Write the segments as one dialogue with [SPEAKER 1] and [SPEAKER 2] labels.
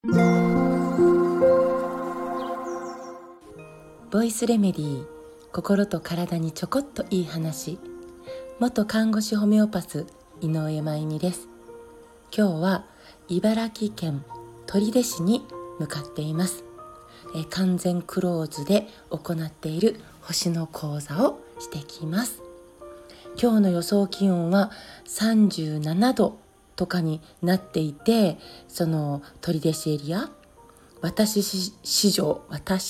[SPEAKER 1] ボイスレメディー、心と体にちょこっといい話。元看護師ホメオパス井上真由美です。今日は茨城県取手市に向かっています。完全クローズで行っている星の講座をしてきます。今日の予想気温は37度とかになっていて、その取手市エリア、私史上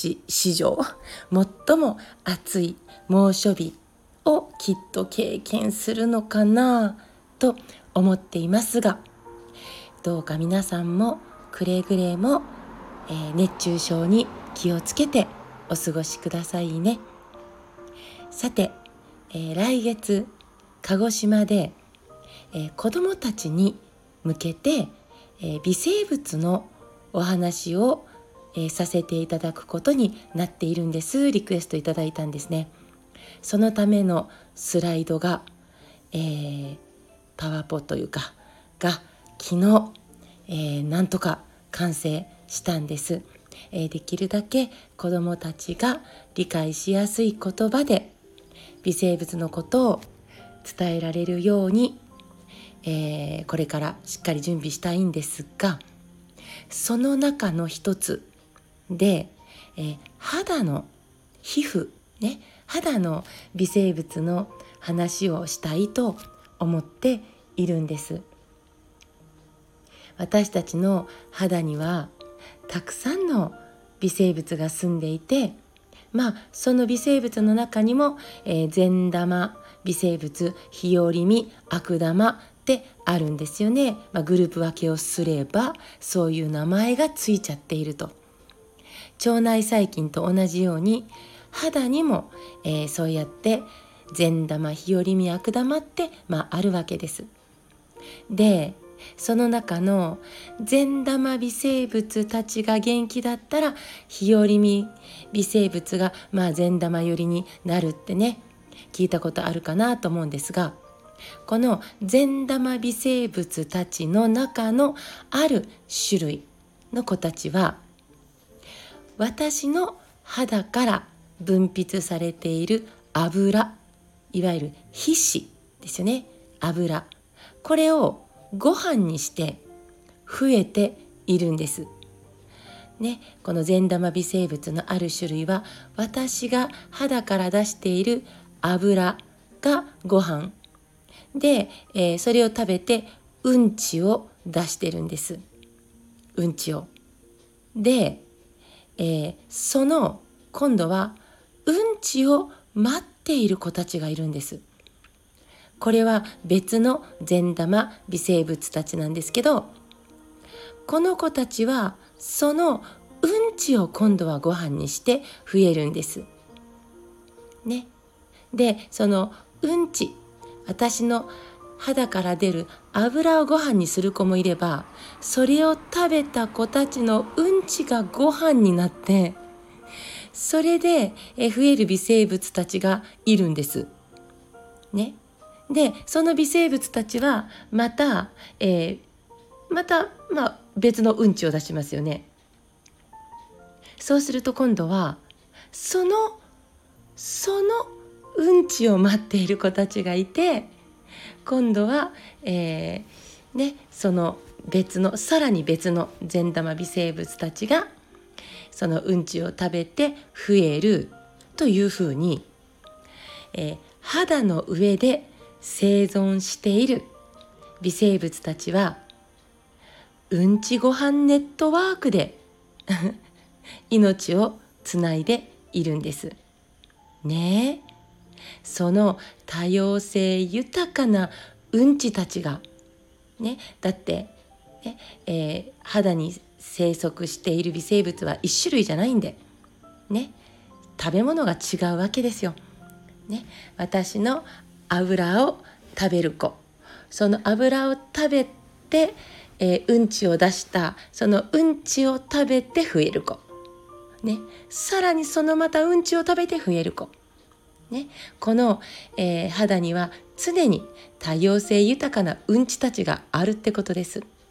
[SPEAKER 1] 最も暑い猛暑日をきっと経験するのかなと思っていますが、どうか皆さんもくれぐれも、熱中症に気をつけてお過ごしくださいね。さて、来月鹿児島で、子どもたちに向けて、微生物のお話を、させていただくことになっているんです。リクエストいただいたんですね。そのためのスライドが、パワポというかが昨日、なんとか完成したんです。できるだけ子どもたちが理解しやすい言葉で微生物のことを伝えられるように、これからしっかり準備したいんですが、その中の一つで、肌の皮膚ね、肌の微生物の話をしたいと思っているんです。私たちの肌にはたくさんの微生物が住んでいて、その微生物の中にも、善玉微生物、日和見、悪玉ってあるんですよね。グループ分けをすればそういう名前がついちゃっていると。腸内細菌と同じように肌にも、そうやって善玉、日和見、悪玉って、あるわけです。で、その中の善玉微生物たちが元気だったら日和見微生物が善玉寄りになるってね、聞いたことあるかなと思うんですが、この善玉微生物たちの中のある種類の子たちは、私の肌から分泌されている油、いわゆる皮脂ですよね。油、これをご飯にして増えているんですね。この善玉微生物のある種類は、私が肌から出している油がご飯で、それを食べてうんちを出してるんです。うんちを。で、その今度はうんちを待っている子たちがいるんです。これは別の善玉微生物たちなんですけど、この子たちはそのうんちを今度はご飯にして増えるんですね。で、そのうんち、私の肌から出る油をご飯にする子もいれば、それを食べた子たちのうんちがご飯になって、それで増える微生物たちがいるんですね。で、その微生物たちはまた別のうんちを出しますよね。そうすると今度はそのうんちを待っている子たちがいて、今度は、そのさらに別の善玉微生物たちがそのうんちを食べて増えるというふうに、肌の上で生存している微生物たちはうんちご飯ネットワークで命をつないでいるんですね。その多様性豊かなうんちたちがね、だって肌に生息している微生物は一種類じゃないんでね、食べ物が違うわけですよね。私の油を食べる子、その油を食べて、うんちを出したそのうんちを食べて増える子ね、さらにそのまたうんちを食べて増える子ね、この、肌には常に多様性豊かなうんちたちがあるってことです。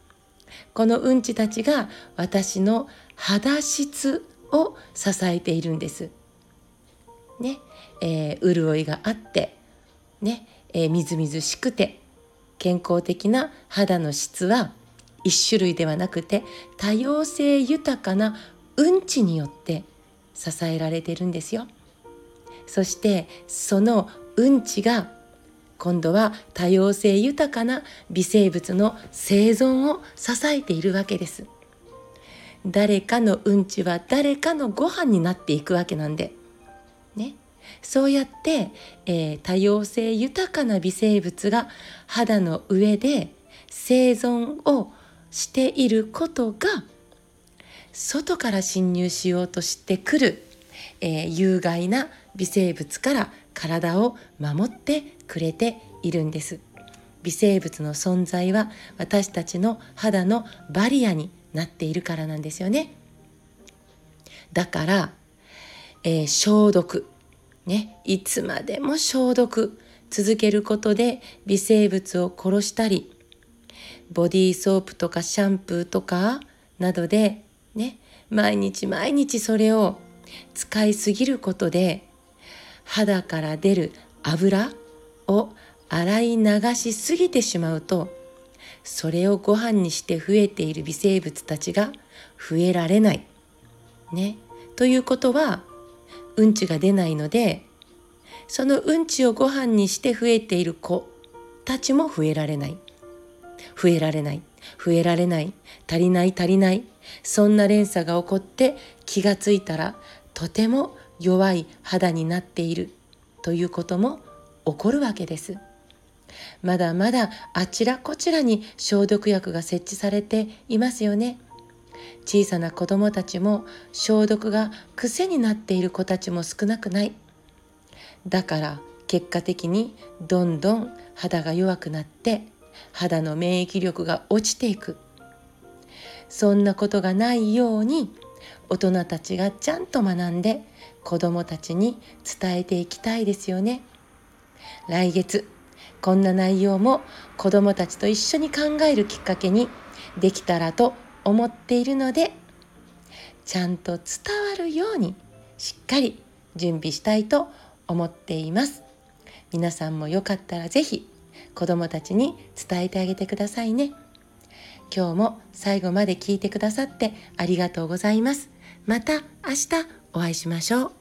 [SPEAKER 1] このうんちたちが私の肌質を支えているんですね。潤いがあってね、みずみずしくて健康的な肌の質は一種類ではなくて多様性豊かなうんちによって支えられているんですよ。そしてそのうんちが今度は多様性豊かな微生物の生存を支えているわけです。誰かのうんちは誰かのご飯になっていくわけなんでね。そうやって、多様性豊かな微生物が肌の上で生存をしていることが外から侵入しようとしてくる、有害な微生物から体を守ってくれているんです。微生物の存在は私たちの肌のバリアになっているからなんですよね。だから、消毒ね、いつまでも消毒続けることで微生物を殺したり、ボディーソープとかシャンプーとかなどでね、毎日毎日それを使いすぎることで肌から出る油を洗い流しすぎてしまうと、それをご飯にして増えている微生物たちが増えられないね。ということはうんちが出ないので、そのうんちをご飯にして増えている子たちも増えられない、増えられない、増えられない、足りない足りない、そんな連鎖が起こって気がついたらとても弱い肌になっているということも起こるわけです。まだまだあちらこちらに消毒薬が設置されていますよね。小さな子どもたちも消毒が癖になっている子たちも少なくない。だから結果的にどんどん肌が弱くなって肌の免疫力が落ちていく。そんなことがないように大人たちがちゃんと学んで子どもたちに伝えていきたいですよね。来月こんな内容も子どもたちと一緒に考えるきっかけにできたらと思っているので、ちゃんと伝わるようにしっかり準備したいと思っています。皆さんもよかったらぜひ子どもたちに伝えてあげてくださいね。今日も最後まで聞いてくださってありがとうございます。また明日お会いしましょう。